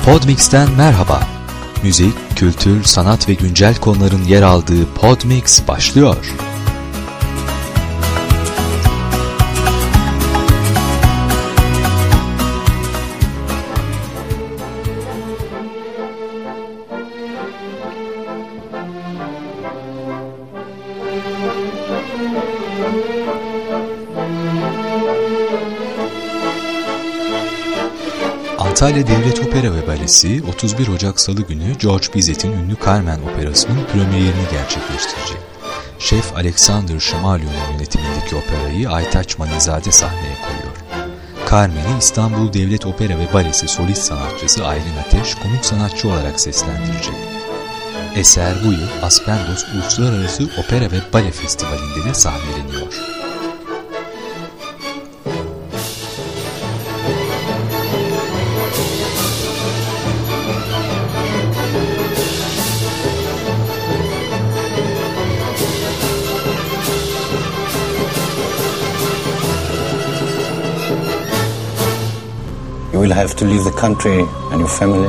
Podmix'ten merhaba. Müzik, kültür, sanat ve güncel konuların yer aldığı Podmix başlıyor. Antalya Devlet Opera ve Balesi 31 Ocak Salı günü George Bizet'in ünlü Carmen operasının premierini gerçekleştirecek. Şef Alexander Şamalyon'un yönetimindeki operayı Aytaç Manizade sahneye koyuyor. Carmen'i İstanbul Devlet Opera ve Balesi solist sanatçısı Aylin Ateş konuk sanatçı olarak seslendirecek. Eser bu yıl Aspendos Uluslararası Opera ve Bale Festivali'nde de sahneleniyor. You will have to leave the country and your family.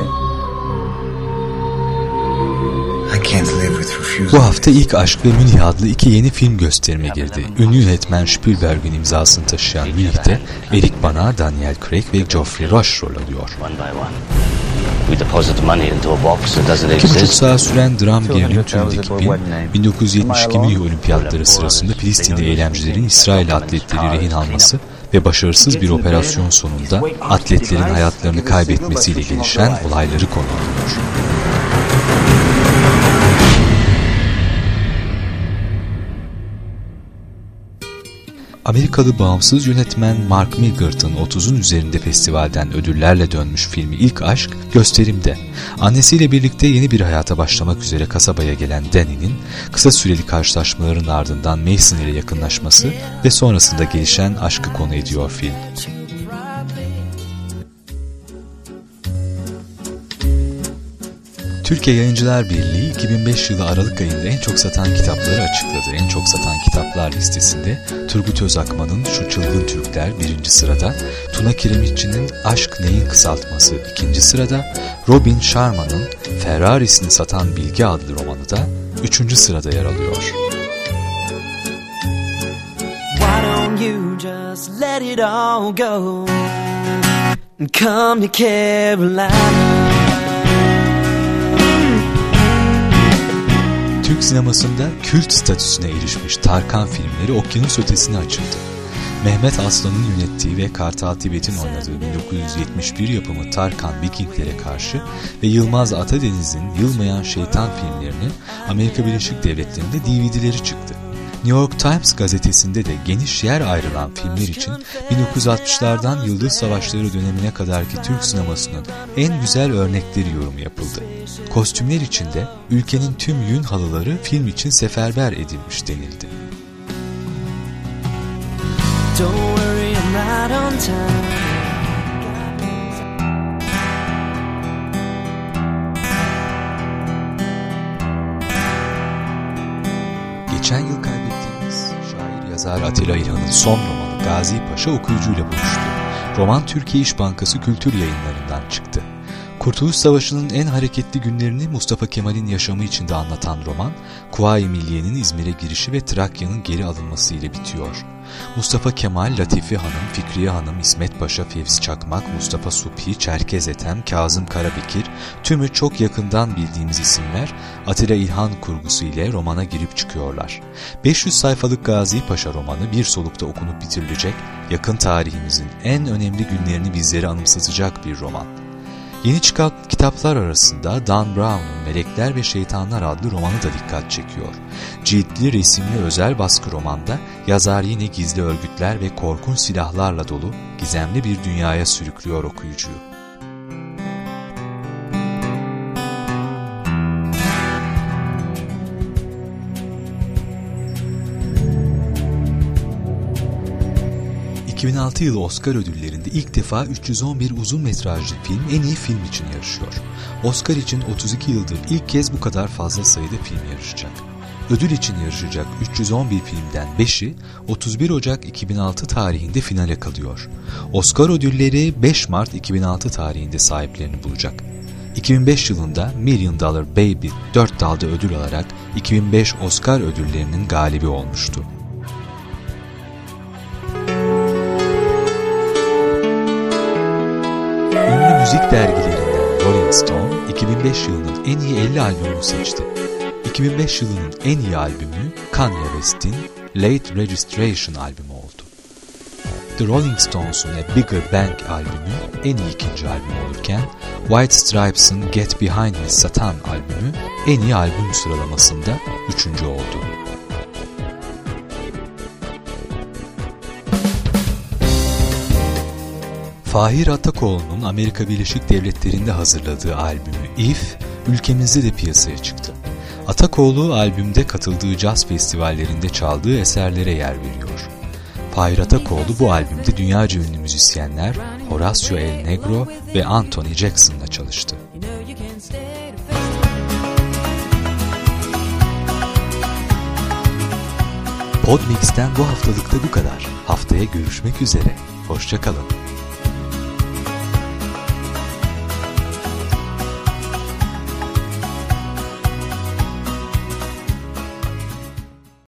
I can't live with refusal. Bu hafta İlk Aşk ve Münih adlı iki yeni film gösterime girdi. Ünlü yönetmen Spielberg'in imzasını taşıyan Münih'te Eric Bana, Daniel Craig ve Geoffrey Rush rol alıyor. 2,5 saat süren dram gerilim türündeki film, 1972 Münih Olimpiyatları sırasında Filistinli eylemcilerin İsrail atletleri rehin alması ve başarısız bir operasyon sonunda atletlerin hayatlarını kaybetmesiyle gelişen olayları konu alıyor. Amerikalı bağımsız yönetmen Mark Milgard'ın 30'un üzerinde festivalden ödüllerle dönmüş filmi İlk Aşk gösterimde. Annesiyle birlikte yeni bir hayata başlamak üzere kasabaya gelen Danny'nin kısa süreli karşılaşmaların ardından Mason ile yakınlaşması ve sonrasında gelişen aşkı konu ediyor film. Türkiye Yayıncılar Birliği 2005 yılı Aralık ayında en çok satan kitapları açıkladı. En çok satan kitaplar listesinde Turgut Özakman'ın Şu Çılgın Türkler 1. sırada, Tuna Kiremitçi'nin Aşk Neyin Kısaltması 2. sırada, Robin Sharma'nın Ferrarisini Satan Bilge adlı romanı da 3. sırada yer alıyor. Why don't you just let it all go and come to Carolina? Türk sinemasında kült statüsüne erişmiş Tarkan filmleri okyanus ötesine açıldı. Mehmet Aslan'ın yönettiği ve Kartal Tibet'in oynadığı 1971 yapımı Tarkan Vikinglere karşı ve Yılmaz Atadeniz'in Yılmayan Şeytan filmlerinin Amerika Birleşik Devletleri'nde DVD'leri çıktı. New York Times gazetesinde de geniş yer ayrılan filmler için 1960'lardan Yıldız Savaşları dönemine kadarki Türk sinemasının en güzel örnekleri yorumu yapıldı. Kostümler için de ülkenin tüm yün halıları film için seferber edilmiş denildi. Don't worry, I'm right on time. Geçen yıl kaybettiğimiz şair yazar Atilla İlhan'ın son romanı Gazi Paşa okuyucuyla buluştu. Roman Türkiye İş Bankası Kültür Yayınları'ndan çıktı. Kurtuluş Savaşı'nın en hareketli günlerini Mustafa Kemal'in yaşamı içinde anlatan roman, Kuvayi Milliye'nin İzmir'e girişi ve Trakya'nın geri alınması ile bitiyor. Mustafa Kemal, Latife Hanım, Fikriye Hanım, İsmet Paşa, Fevzi Çakmak, Mustafa Subhi, Çerkez Ethem, Kazım Karabekir, tümü çok yakından bildiğimiz isimler Atilla İlhan kurgusu ile romana girip çıkıyorlar. 500 sayfalık Gazi Paşa romanı bir solukta okunup bitirilecek, yakın tarihimizin en önemli günlerini bizlere anımsatacak bir roman. Yeni çıkan kitaplar arasında Dan Brown'un Melekler ve Şeytanlar adlı romanı da dikkat çekiyor. Ciltli resimli özel baskı romanda yazar yine gizli örgütler ve korkunç silahlarla dolu gizemli bir dünyaya sürüklüyor okuyucuyu. ...2006 yılı Oscar ödüllerinde ilk defa 311 uzun metrajlı film en iyi film için yarışıyor. Oscar için 32 yıldır ilk kez bu kadar fazla sayıda film yarışacak. Ödül için yarışacak 311 filmden 5'i 31 Ocak 2006 tarihinde finale kalıyor. Oscar ödülleri 5 Mart 2006 tarihinde sahiplerini bulacak. 2005 yılında Million Dollar Baby 4 dalda ödül alarak 2005 Oscar ödüllerinin galibi olmuştu. Ünlü müzik dergilerinden Rolling Stone 2005 yılının en iyi 50 albümünü seçti. 2005 yılının en iyi albümü Kanye West'in Late Registration albümü oldu. The Rolling Stones'un A Bigger Bang albümü en iyi ikinci albüm olurken White Stripes'ın Get Behind Me Satan albümü en iyi albüm sıralamasında 3. oldu. Fahir Atakoğlu'nun Amerika Birleşik Devletleri'nde hazırladığı albümü If, ülkemizde de piyasaya çıktı. Atakoğlu albümde katıldığı caz festivallerinde çaldığı eserlere yer veriyor. Fahir Atakoğlu bu albümde dünyaca ünlü müzisyenler Horacio El Negro ve Anthony Jackson'la çalıştı. Podmix'ten bu haftalıkta bu kadar. Haftaya görüşmek üzere. Hoşça kalın.